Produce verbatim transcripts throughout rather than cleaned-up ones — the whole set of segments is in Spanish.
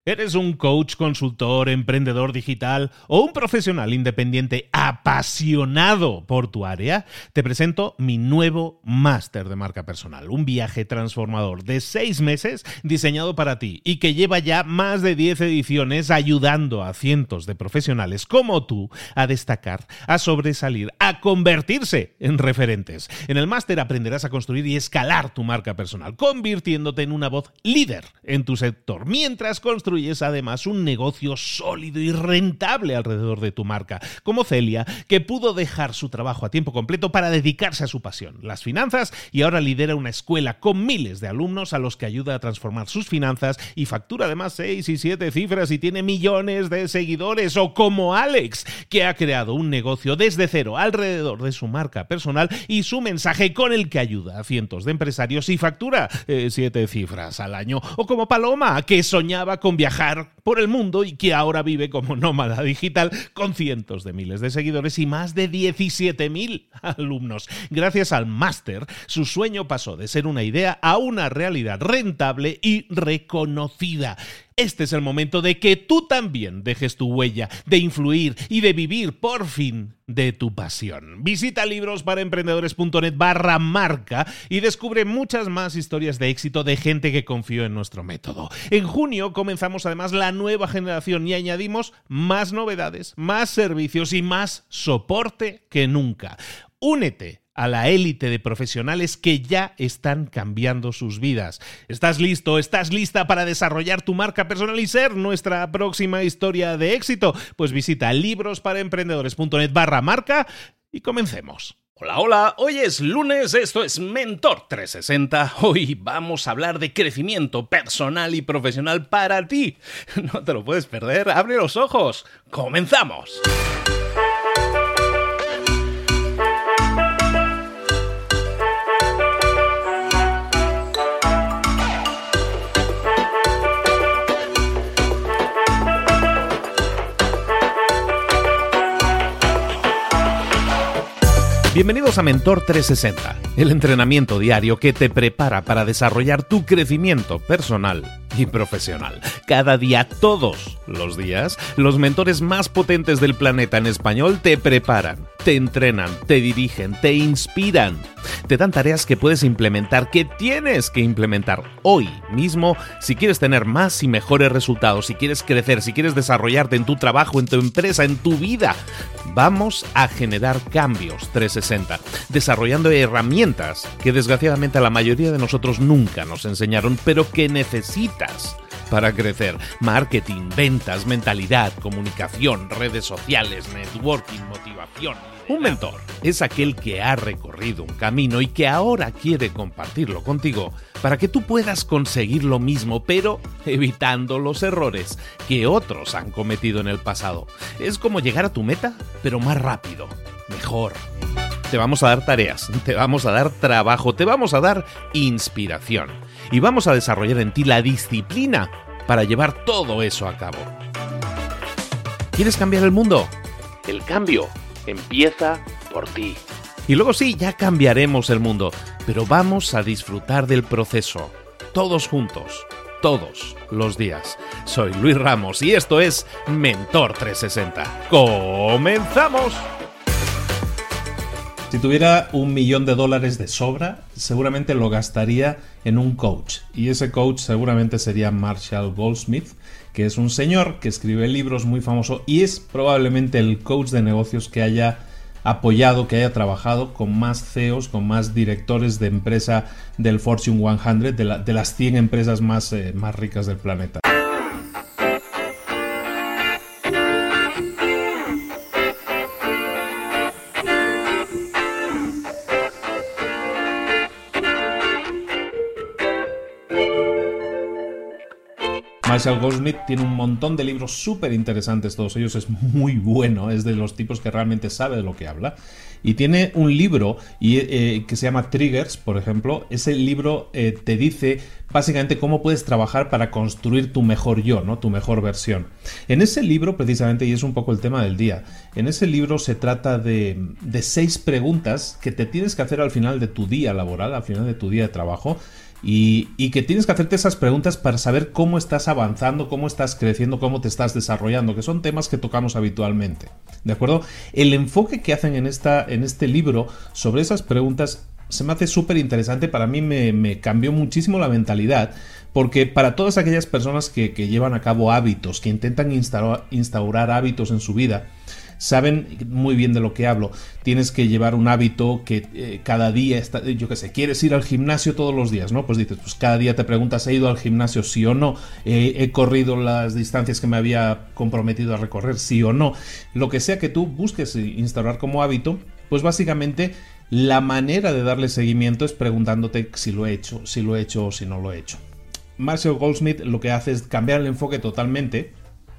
¿Eres un coach, consultor, emprendedor digital o un profesional independiente apasionado por tu área? Te presento mi nuevo máster de marca personal, un viaje transformador de seis meses diseñado para ti y que lleva ya más de diez ediciones ayudando a cientos de profesionales como tú a destacar, a sobresalir, a convertirse en referentes. En el máster aprenderás a construir y escalar tu marca personal, convirtiéndote en una voz líder en tu sector, mientras construyes además un negocio sólido y rentable alrededor de tu marca, como Celia, que pudo dejar su trabajo a tiempo completo para dedicarse a su pasión, las finanzas, y ahora lidera una escuela con miles de alumnos a los que ayuda a transformar sus finanzas y factura además seis y siete cifras y tiene millones de seguidores. O como Alex, que ha creado un negocio desde cero alrededor de su marca personal y su mensaje, con el que ayuda a cientos de empresarios y factura eh, siete cifras al año. O como Paloma, que soñaba con viajar por el mundo y que ahora vive como nómada digital con cientos de miles de seguidores y más de diecisiete mil alumnos. Gracias al máster, su sueño pasó de ser una idea a una realidad rentable y reconocida. Este es el momento de que tú también dejes tu huella, de influir y de vivir por fin de tu pasión. Visita librosparaemprendedores.net barra marca y descubre muchas más historias de éxito de gente que confió en nuestro método. En junio comenzamos además la nueva generación y añadimos más novedades, más servicios y más soporte que nunca. Únete a la élite de profesionales que ya están cambiando sus vidas. ¿Estás listo? ¿Estás lista para desarrollar tu marca personal y ser nuestra próxima historia de éxito? Pues visita librosparaemprendedores.net barra marca y comencemos. Hola, hola, hoy es lunes, esto es Mentor trescientos sesenta. Hoy vamos a hablar de crecimiento personal y profesional para ti. No te lo puedes perder, abre los ojos. ¡Comenzamos! Bienvenidos a Mentor trescientos sesenta, el entrenamiento diario que te prepara para desarrollar tu crecimiento personal y profesional. Cada día, todos los días, los mentores más potentes del planeta en español te preparan, te entrenan, te dirigen, te inspiran, te dan tareas que puedes implementar, que tienes que implementar hoy mismo si quieres tener más y mejores resultados, si quieres crecer, si quieres desarrollarte en tu trabajo, en tu empresa, en tu vida. Vamos a generar cambios trescientos sesenta, desarrollando herramientas que desgraciadamente a la mayoría de nosotros nunca nos enseñaron, pero que necesitas para crecer. Marketing, ventas, mentalidad, comunicación, redes sociales, networking, motivación. Un mentor es aquel que ha recorrido un camino y que ahora quiere compartirlo contigo para que tú puedas conseguir lo mismo, pero evitando los errores que otros han cometido en el pasado. Es como llegar a tu meta, pero más rápido, mejor. Te vamos a dar tareas, te vamos a dar trabajo, te vamos a dar inspiración y vamos a desarrollar en ti la disciplina para llevar todo eso a cabo. ¿Quieres cambiar el mundo? El cambio empieza por ti. Y luego sí, ya cambiaremos el mundo, pero vamos a disfrutar del proceso, todos juntos, todos los días. Soy Luis Ramos y esto es Mentor trescientos sesenta. ¡Comenzamos! Si tuviera un millón de dólares de sobra, seguramente lo gastaría en un coach. Y ese coach seguramente sería Marshall Goldsmith, que es un señor que escribe libros muy famoso y es probablemente el coach de negocios que haya apoyado, que haya trabajado con más C E Os, con más directores de empresa del Fortune cien, de, la, de las cien empresas más, eh, más ricas del planeta. Marshall Goldsmith tiene un montón de libros súper interesantes, todos ellos, es muy bueno, es de los tipos que realmente sabe de lo que habla. Y tiene un libro y, eh, que se llama Triggers, por ejemplo. Ese libro eh, te dice básicamente cómo puedes trabajar para construir tu mejor yo, ¿no? Tu mejor versión. En ese libro, precisamente, y es un poco el tema del día, en ese libro se trata de, de seis preguntas que te tienes que hacer al final de tu día laboral, al final de tu día de trabajo, Y, y que tienes que hacerte esas preguntas para saber cómo estás avanzando, cómo estás creciendo, cómo te estás desarrollando, que son temas que tocamos habitualmente, ¿de acuerdo? El enfoque que hacen en, esta, en este libro sobre esas preguntas se me hace súper interesante. Para mí me, me cambió muchísimo la mentalidad, porque para todas aquellas personas que, que llevan a cabo hábitos, que intentan instaurar, instaurar hábitos en su vida, saben muy bien de lo que hablo. Tienes que llevar un hábito que eh, cada día, está, yo qué sé, quieres ir al gimnasio todos los días, ¿no? Pues dices, pues cada día te preguntas, ¿he ido al gimnasio sí o no? Eh, ¿He corrido las distancias que me había comprometido a recorrer sí o no? Lo que sea que tú busques instaurar como hábito, pues básicamente la manera de darle seguimiento es preguntándote si lo he hecho, si lo he hecho o si no lo he hecho. Marshall Goldsmith lo que hace es cambiar el enfoque totalmente.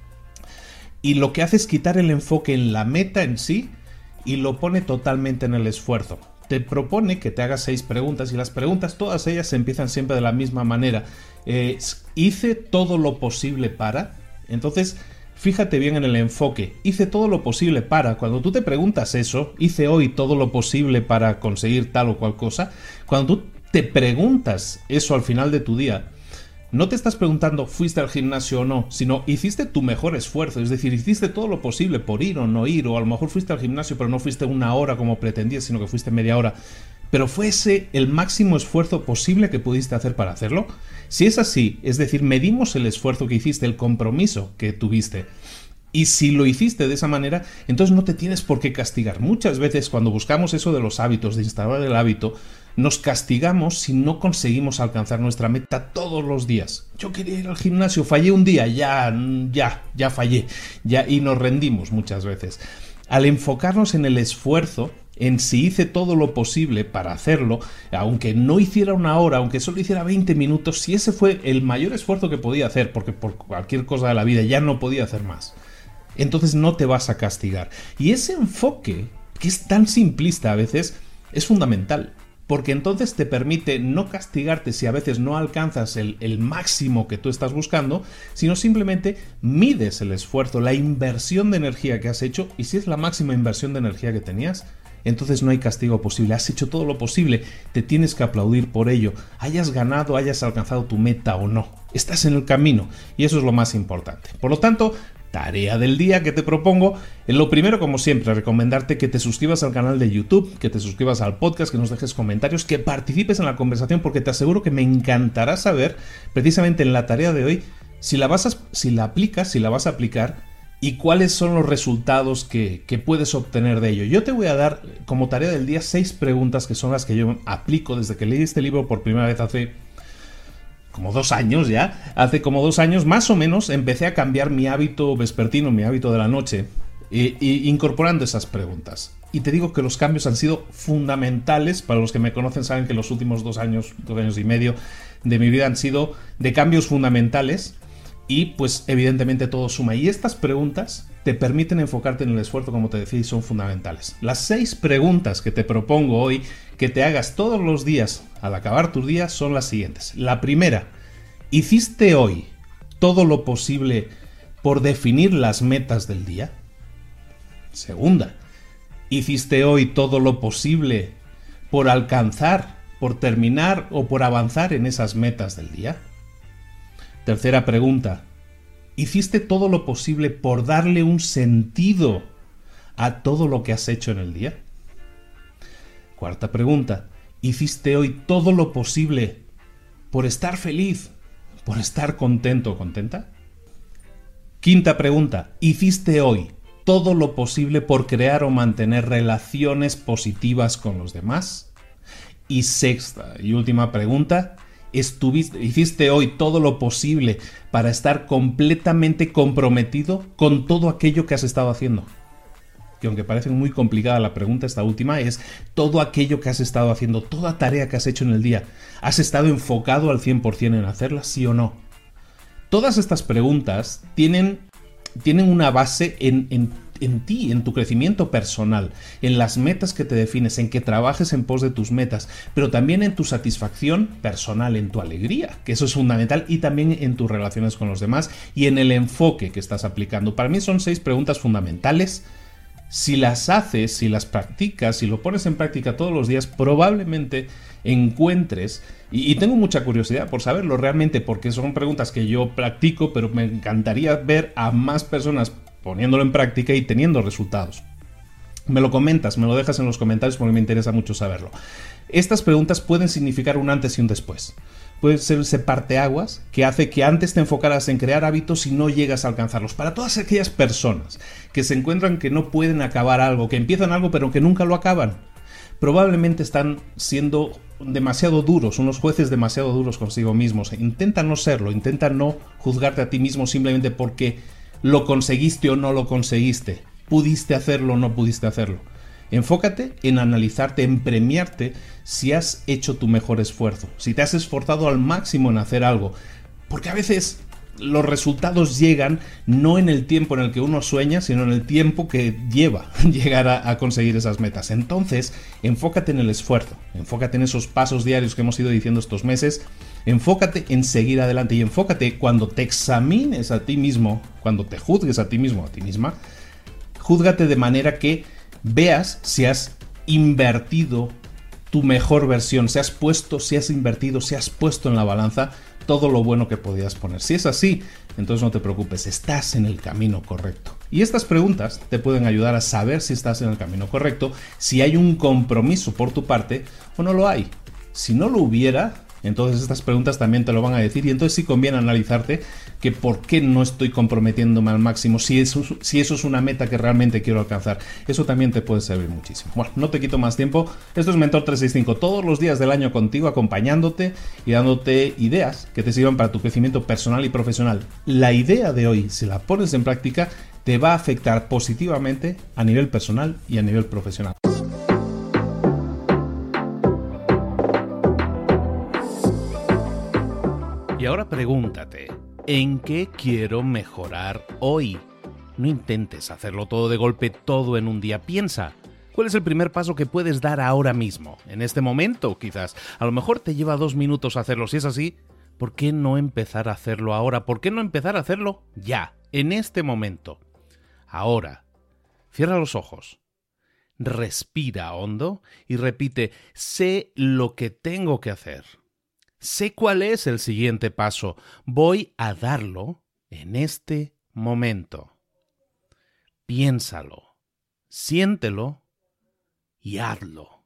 Y lo que hace es quitar el enfoque en la meta en sí y lo pone totalmente en el esfuerzo. Te propone que te hagas seis preguntas y las preguntas, todas ellas empiezan siempre de la misma manera. Eh, hice todo lo posible para... Entonces, fíjate bien en el enfoque. Hice todo lo posible para... Cuando tú te preguntas eso, hice hoy todo lo posible para conseguir tal o cual cosa. Cuando tú te preguntas eso al final de tu día... No te estás preguntando fuiste al gimnasio o no, sino hiciste tu mejor esfuerzo, es decir, hiciste todo lo posible por ir o no ir, o a lo mejor fuiste al gimnasio pero no fuiste una hora como pretendías, sino que fuiste media hora, pero ¿fue ese el máximo esfuerzo posible que pudiste hacer para hacerlo? Si es así, es decir, medimos el esfuerzo que hiciste, el compromiso que tuviste. Y si lo hiciste de esa manera, entonces no te tienes por qué castigar. Muchas veces cuando buscamos eso de los hábitos, de instaurar el hábito, nos castigamos si no conseguimos alcanzar nuestra meta todos los días. Yo quería ir al gimnasio, fallé un día, ya, ya, ya fallé, ya, y nos rendimos muchas veces. Al enfocarnos en el esfuerzo, en si hice todo lo posible para hacerlo, aunque no hiciera una hora, aunque solo hiciera veinte minutos, si ese fue el mayor esfuerzo que podía hacer, porque por cualquier cosa de la vida ya no podía hacer más, entonces no te vas a castigar. Y ese enfoque, que es tan simplista a veces, es fundamental. Porque entonces te permite no castigarte si a veces no alcanzas el, el máximo que tú estás buscando, sino simplemente mides el esfuerzo, la inversión de energía que has hecho, y si es la máxima inversión de energía que tenías, entonces no hay castigo posible. Has hecho todo lo posible, te tienes que aplaudir por ello, hayas ganado, hayas alcanzado tu meta o no. Estás en el camino y eso es lo más importante. Por lo tanto, tarea del día que te propongo, en lo primero, como siempre, recomendarte que te suscribas al canal de YouTube, que te suscribas al podcast, que nos dejes comentarios, que participes en la conversación, porque te aseguro que me encantará saber, precisamente en la tarea de hoy, si la vas a, si la aplicas, si la vas a aplicar y cuáles son los resultados que, que puedes obtener de ello. Yo te voy a dar como tarea del día seis preguntas que son las que yo aplico desde que leí este libro por primera vez hace... como dos años ya, hace como dos años más o menos empecé a cambiar mi hábito vespertino, mi hábito de la noche, e, e, incorporando esas preguntas. Y te digo que los cambios han sido fundamentales. Para los que me conocen saben que los últimos dos años, dos años y medio de mi vida han sido de cambios fundamentales y pues evidentemente todo suma. Y estas preguntas te permiten enfocarte en el esfuerzo, como te decía, y son fundamentales. Las seis preguntas que te propongo hoy que te hagas todos los días al acabar tus días son las siguientes. La primera, ¿hiciste hoy todo lo posible por definir las metas del día? Segunda, ¿hiciste hoy todo lo posible por alcanzar, por terminar o por avanzar en esas metas del día? Tercera pregunta, ¿hiciste todo lo posible por darle un sentido a todo lo que has hecho en el día? Cuarta pregunta, ¿hiciste hoy todo lo posible por estar feliz, por estar contento o contenta? Quinta pregunta, ¿hiciste hoy todo lo posible por crear o mantener relaciones positivas con los demás? Y sexta y última pregunta, ¿estuviste, ¿hiciste hoy todo lo posible para estar completamente comprometido con todo aquello que has estado haciendo? Que aunque parece muy complicada la pregunta, esta última es todo aquello que has estado haciendo, toda tarea que has hecho en el día. ¿Has estado enfocado al cien por ciento en hacerla, sí o no? Todas estas preguntas tienen, tienen una base en, en, en ti, en tu crecimiento personal, en las metas que te defines, en que trabajes en pos de tus metas, pero también en tu satisfacción personal, en tu alegría, que eso es fundamental, y también en tus relaciones con los demás y en el enfoque que estás aplicando. Para mí son seis preguntas fundamentales. Si las haces, si las practicas, si lo pones en práctica todos los días, probablemente encuentres Y, y tengo mucha curiosidad por saberlo realmente, porque son preguntas que yo practico, pero me encantaría ver a más personas poniéndolo en práctica y teniendo resultados. Me lo comentas, me lo dejas en los comentarios porque me interesa mucho saberlo. Estas preguntas pueden significar un antes y un después. Puede ser ese parteaguas que hace que antes te enfocaras en crear hábitos y no llegas a alcanzarlos. Para todas aquellas personas que se encuentran que no pueden acabar algo, que empiezan algo pero que nunca lo acaban, probablemente están siendo demasiado duros, unos jueces demasiado duros consigo mismos. Intenta no serlo, intenta no juzgarte a ti mismo simplemente porque lo conseguiste o no lo conseguiste, pudiste hacerlo o no pudiste hacerlo. Enfócate en analizarte, en premiarte si has hecho tu mejor esfuerzo, si te has esforzado al máximo en hacer algo, porque a veces los resultados llegan no en el tiempo en el que uno sueña, sino en el tiempo que lleva llegar a, a conseguir esas metas. Entonces, enfócate en el esfuerzo, enfócate en esos pasos diarios que hemos ido diciendo estos meses, enfócate en seguir adelante y enfócate cuando te examines a ti mismo, cuando te juzgues a ti mismo, a ti misma, júzgate de manera que veas si has invertido tu mejor versión, si has puesto, si has invertido, si has puesto en la balanza todo lo bueno que podías poner. Si es así, entonces no te preocupes, estás en el camino correcto. Y estas preguntas te pueden ayudar a saber si estás en el camino correcto, si hay un compromiso por tu parte o no lo hay. Si no lo hubiera, entonces estas preguntas también te lo van a decir y entonces sí conviene analizarte que por qué no estoy comprometiéndome al máximo, si eso, si eso es una meta que realmente quiero alcanzar. Eso también te puede servir muchísimo. Bueno, no te quito más tiempo. Esto es Mentor trescientos sesenta y cinco, todos los días del año contigo, acompañándote y dándote ideas que te sirvan para tu crecimiento personal y profesional. La idea de hoy, si la pones en práctica, te va a afectar positivamente a nivel personal y a nivel profesional. Y ahora pregúntate, ¿en qué quiero mejorar hoy? No intentes hacerlo todo de golpe, todo en un día. Piensa, ¿cuál es el primer paso que puedes dar ahora mismo? En este momento, quizás. A lo mejor te lleva dos minutos hacerlo. Si es así, ¿por qué no empezar a hacerlo ahora? ¿Por qué no empezar a hacerlo ya, en este momento? Ahora, cierra los ojos, respira hondo y repite, sé lo que tengo que hacer. Sé cuál es el siguiente paso. Voy a darlo en este momento. Piénsalo, siéntelo y hazlo.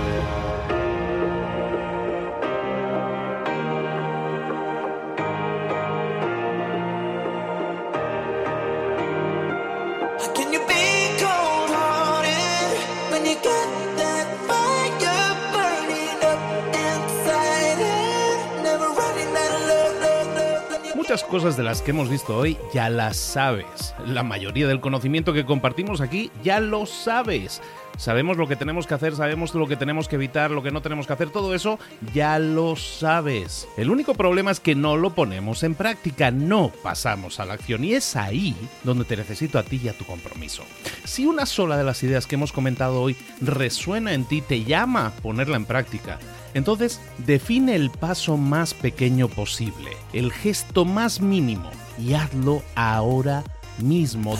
Muchas cosas de las que hemos visto hoy ya las sabes. La mayoría del conocimiento que compartimos aquí ya lo sabes. Sabemos lo que tenemos que hacer, sabemos lo que tenemos que evitar, lo que no tenemos que hacer, todo eso ya lo sabes. El único problema es que no lo ponemos en práctica, no pasamos a la acción y es ahí donde te necesito a ti y a tu compromiso. Si una sola de las ideas que hemos comentado hoy resuena en ti, te llama a ponerla en práctica, entonces define el paso más pequeño posible, el gesto más mínimo y hazlo ahora mismo.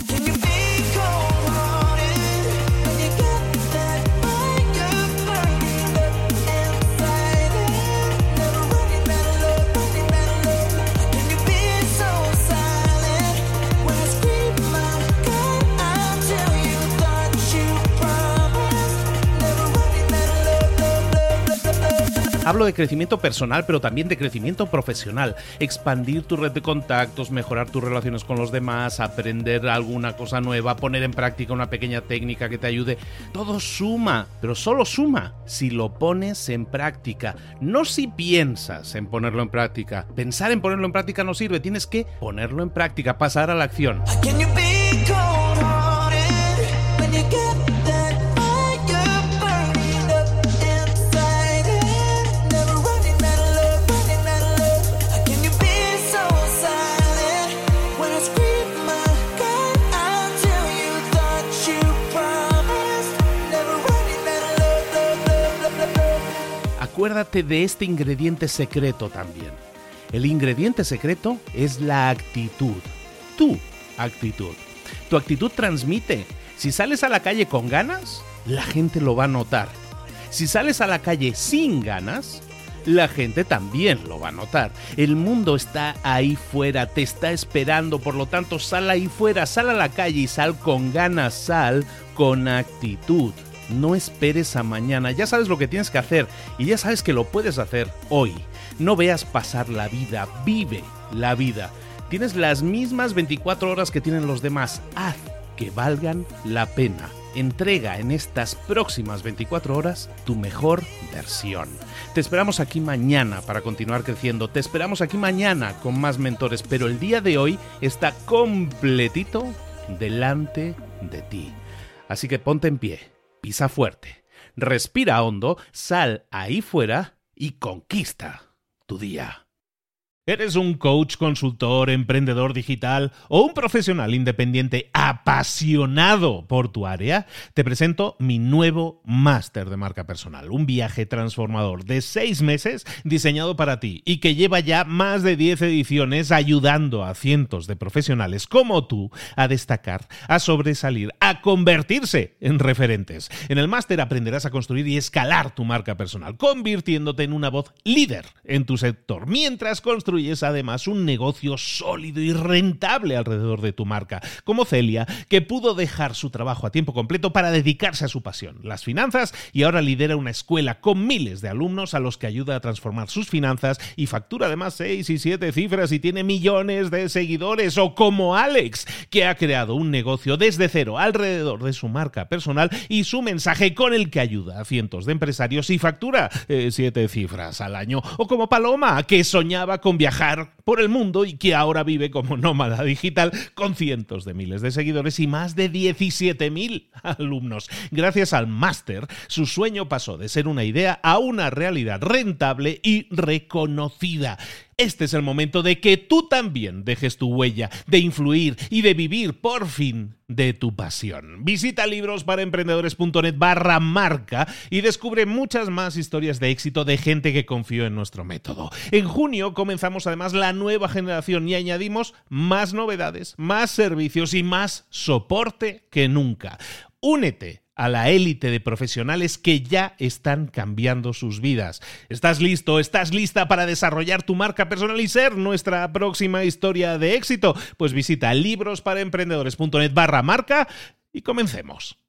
Hablo de crecimiento personal, pero también de crecimiento profesional. Expandir tu red de contactos, mejorar tus relaciones con los demás, aprender alguna cosa nueva, poner en práctica una pequeña técnica que te ayude. Todo suma, pero solo suma si lo pones en práctica. No si piensas en ponerlo en práctica. Pensar en ponerlo en práctica no sirve. Tienes que ponerlo en práctica, pasar a la acción. Acuérdate de este ingrediente secreto también. El ingrediente secreto es la actitud. Tu actitud. Tu actitud transmite. Si sales a la calle con ganas, la gente lo va a notar. Si sales a la calle sin ganas, la gente también lo va a notar. El mundo está ahí fuera, te está esperando, por lo tanto sal ahí fuera, sal a la calle y sal con ganas, sal con actitud. No esperes a mañana, ya sabes lo que tienes que hacer y ya sabes que lo puedes hacer hoy. No veas pasar la vida, vive la vida. Tienes las mismas veinticuatro horas que tienen los demás, haz que valgan la pena. Entrega en estas próximas veinticuatro horas tu mejor versión. Te esperamos aquí mañana para continuar creciendo. Te esperamos aquí mañana con más mentores, pero el día de hoy está completito delante de ti. Así que ponte en pie, pisa fuerte, respira hondo, sal ahí fuera y conquista tu día. ¿Eres un coach, consultor, emprendedor digital o un profesional independiente apasionado por tu área? Te presento mi nuevo máster de marca personal, un viaje transformador de seis meses diseñado para ti y que lleva ya más de diez ediciones ayudando a cientos de profesionales como tú a destacar, a sobresalir, a convertirse en referentes. En el máster aprenderás a construir y escalar tu marca personal, convirtiéndote en una voz líder en tu sector, mientras construyes además un negocio sólido y rentable alrededor de tu marca, como Celia, que pudo dejar su trabajo a tiempo completo para dedicarse a su pasión, las finanzas, y ahora lidera una escuela con miles de alumnos a los que ayuda a transformar sus finanzas y factura además seis y siete cifras y tiene millones de seguidores, o como Alex, que ha creado un negocio desde cero alrededor de su marca personal y su mensaje con el que ayuda a cientos de empresarios y factura eh, siete cifras al año, o como Paloma, que soñaba con viajar por el mundo y que ahora vive como nómada digital con cientos de miles de seguidores y más de diecisiete mil alumnos. Gracias al máster, su sueño pasó de ser una idea a una realidad rentable y reconocida. Este es el momento de que tú también dejes tu huella, de influir y de vivir por fin de tu pasión. Visita librosparaemprendedores.net barra marca y descubre muchas más historias de éxito de gente que confió en nuestro método. En junio comenzamos además la nueva generación y añadimos más novedades, más servicios y más soporte que nunca. Únete a la élite de profesionales que ya están cambiando sus vidas. ¿Estás listo? ¿Estás lista para desarrollar tu marca personal y ser nuestra próxima historia de éxito? Pues visita librosparaemprendedores.net barra marca y comencemos.